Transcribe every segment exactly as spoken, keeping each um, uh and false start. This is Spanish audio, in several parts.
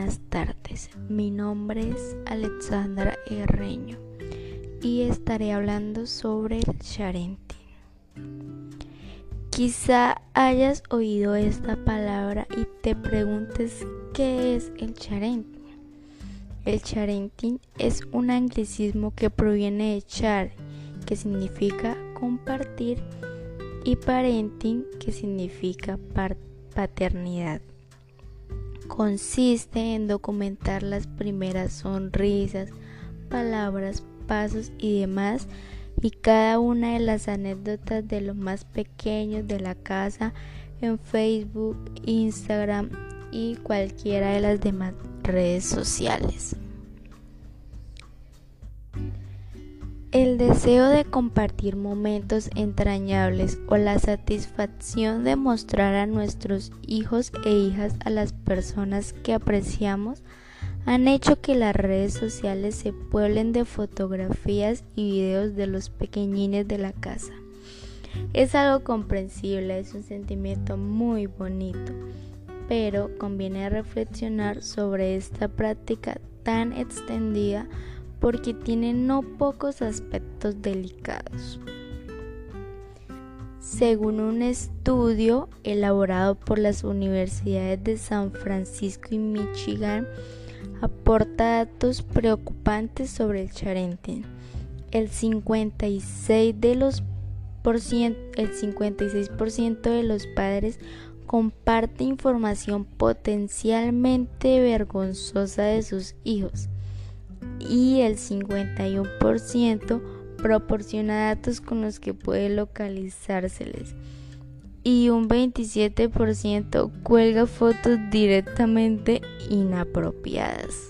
buenas tardes. Mi nombre es Alexandra Herreño y estaré hablando sobre el sharenting. Quizá hayas oído esta palabra y te preguntes ¿qué es el sharenting? El sharenting es un anglicismo que proviene de share, que significa compartir, y parenting, que significa paternidad. Consiste en documentar las primeras sonrisas, palabras, pasos y demás, y cada una de las anécdotas de los más pequeños de la casa en Facebook, Instagram y cualquiera de las demás redes sociales. El deseo de compartir momentos entrañables o la satisfacción de mostrar a nuestros hijos e hijas a las personas que apreciamos han hecho que las redes sociales se pueblen de fotografías y videos de los pequeñines de la casa. Es algo comprensible, es un sentimiento muy bonito, pero conviene reflexionar sobre esta práctica tan extendida porque tiene no pocos aspectos delicados. Según un estudio elaborado por las universidades de San Francisco y Michigan, aporta datos preocupantes sobre el sharenting. El cincuenta y seis por ciento de los por ciento, el cincuenta y seis por ciento de los padres comparte información potencialmente vergonzosa de sus hijos y el cincuenta y uno por ciento proporciona datos con los que puede localizárseles y un veintisiete por ciento cuelga fotos directamente inapropiadas.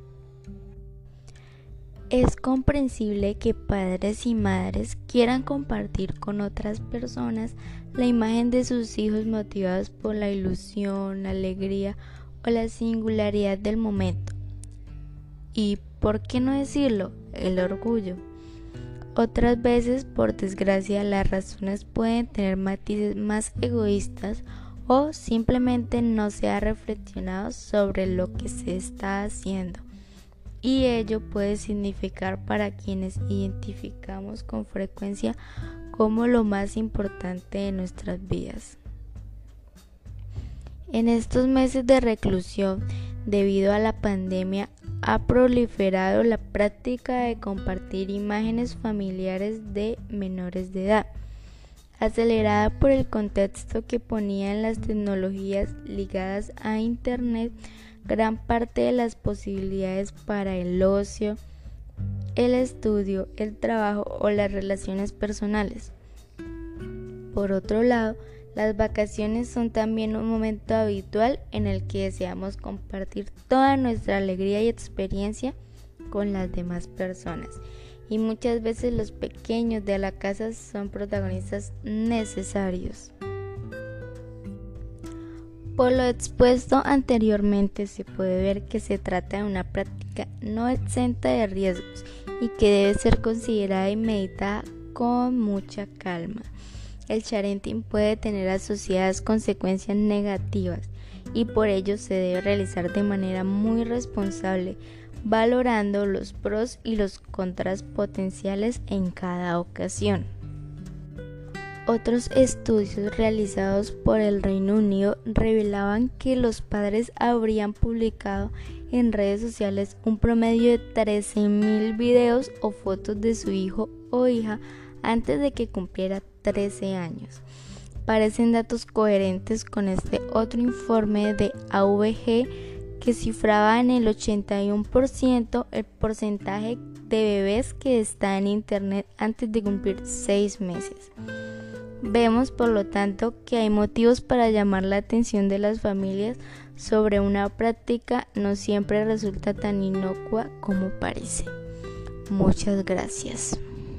Es comprensible que padres y madres quieran compartir con otras personas la imagen de sus hijos motivados por la ilusión, la alegría o la singularidad del momento. Y, ¿por qué no decirlo?, el orgullo. Otras veces, por desgracia, las razones pueden tener matices más egoístas o simplemente no se ha reflexionado sobre lo que se está haciendo. Y ello puede significar para quienes identificamos con frecuencia como lo más importante de nuestras vidas. En estos meses de reclusión, debido a la pandemia, ha proliferado la práctica de compartir imágenes familiares de menores de edad, acelerada por el contexto que ponían las tecnologías ligadas a Internet gran parte de las posibilidades para el ocio, el estudio, el trabajo o las relaciones personales. Por otro lado, las vacaciones son también un momento habitual en el que deseamos compartir toda nuestra alegría y experiencia con las demás personas, y muchas veces los pequeños de la casa son protagonistas necesarios. Por lo expuesto anteriormente, se puede ver que se trata de una práctica no exenta de riesgos y que debe ser considerada y meditada con mucha calma. El sharenting puede tener asociadas consecuencias negativas y por ello se debe realizar de manera muy responsable, valorando los pros y los contras potenciales en cada ocasión. Otros estudios realizados por el Reino Unido revelaban que los padres habrían publicado en redes sociales un promedio de trece mil videos o fotos de su hijo o hija antes de que cumpliera trece años. Parecen datos coherentes con este otro informe de A V G que cifraba en el ochenta y uno por ciento el porcentaje de bebés que está en Internet antes de cumplir seis meses. Vemos, por lo tanto, que hay motivos para llamar la atención de las familias sobre una práctica no siempre resulta tan inocua como parece. Muchas gracias.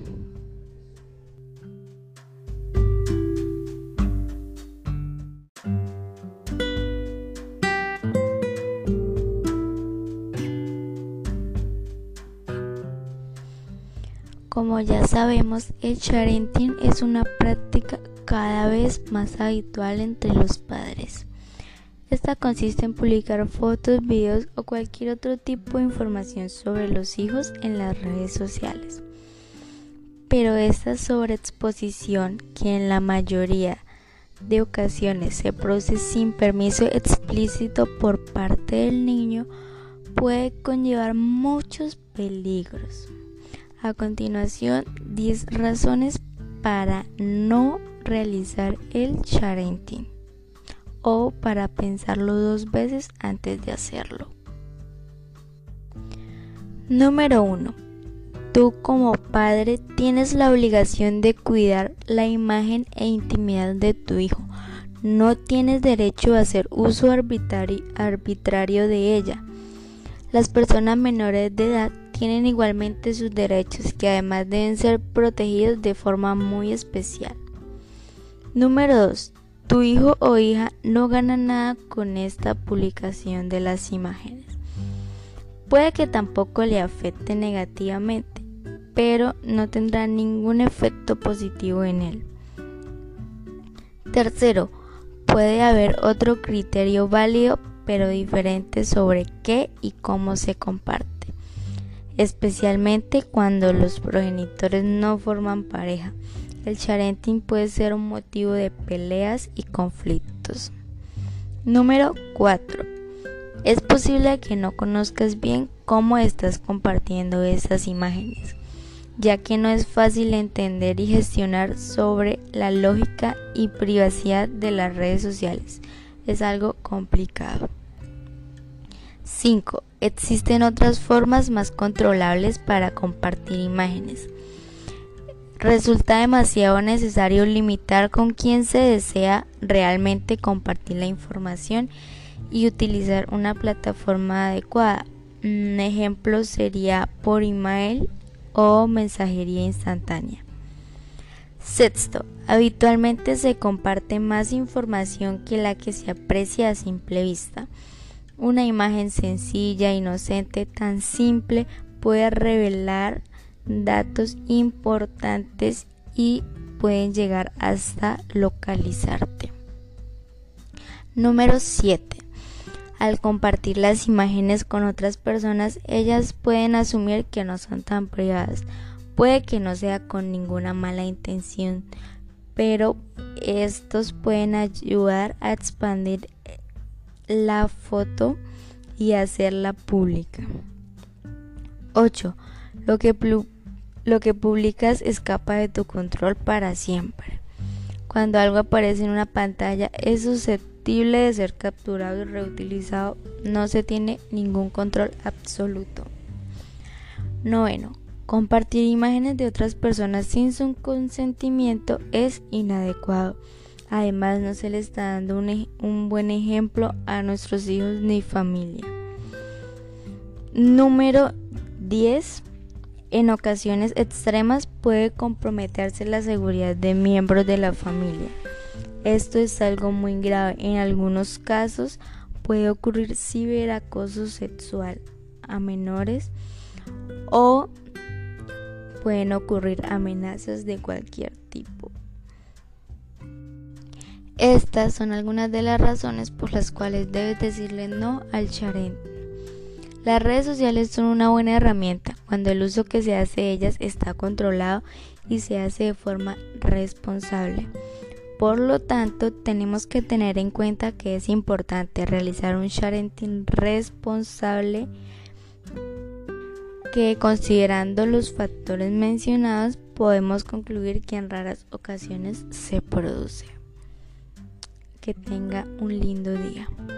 Como ya sabemos, el sharenting es una práctica cada vez más habitual entre los padres. Esta consiste en publicar fotos, videos o cualquier otro tipo de información sobre los hijos en las redes sociales. Pero esta sobreexposición, que en la mayoría de ocasiones se produce sin permiso explícito por parte del niño, puede conllevar muchos peligros. A continuación, diez razones para no realizar el sharenting o para pensarlo dos veces antes de hacerlo. Número uno. Tú como padre tienes la obligación de cuidar la imagen e intimidad de tu hijo. No tienes derecho a hacer uso arbitrario, arbitrario de ella. Las personas menores de edad tienen igualmente sus derechos, que además deben ser protegidos de forma muy especial. Número dos. Tu hijo o hija no gana nada con esta publicación de las imágenes. Puede que tampoco le afecte negativamente, pero no tendrá ningún efecto positivo en él. Tercero, puede haber otro criterio válido pero diferente sobre qué y cómo se comparte, especialmente cuando los progenitores no forman pareja. El sharenting puede ser un motivo de peleas y conflictos. Número cuatro. Es posible que no conozcas bien cómo estás compartiendo estas imágenes, ya que no es fácil entender y gestionar sobre la lógica y privacidad de las redes sociales. Es algo complicado. cinco. Existen otras formas más controlables para compartir imágenes. Resulta demasiado necesario limitar con quién se desea realmente compartir la información y utilizar una plataforma adecuada. Un ejemplo sería por email o mensajería instantánea. Sexto, habitualmente se comparte más información que la que se aprecia a simple vista. Una imagen sencilla, inocente, tan simple puede revelar datos importantes y pueden llegar hasta localizarte. Número siete. Al compartir las imágenes con otras personas, ellas pueden asumir que no son tan privadas. Puede que no sea con ninguna mala intención, pero estos pueden ayudar a expandir la foto y hacerla pública. ocho. Lo que, lo que publicas escapa de tu control para siempre. Cuando algo aparece en una pantalla es susceptible de ser capturado y reutilizado. No se tiene ningún control absoluto. Noveno. Compartir imágenes de otras personas sin su consentimiento es inadecuado. Además, no se le está dando un, un buen ejemplo a nuestros hijos ni familia. Número diez. En ocasiones extremas puede comprometerse la seguridad de miembros de la familia. Esto es algo muy grave. En algunos casos puede ocurrir ciberacoso sexual a menores o pueden ocurrir amenazas de cualquier tipo. Estas son algunas de las razones por las cuales debes decirle no al sharenting. Las redes sociales son una buena herramienta cuando el uso que se hace de ellas está controlado y se hace de forma responsable. Por lo tanto, tenemos que tener en cuenta que es importante realizar un sharenting responsable que, considerando los factores mencionados, podemos concluir que en raras ocasiones se produce. Que tenga un lindo día.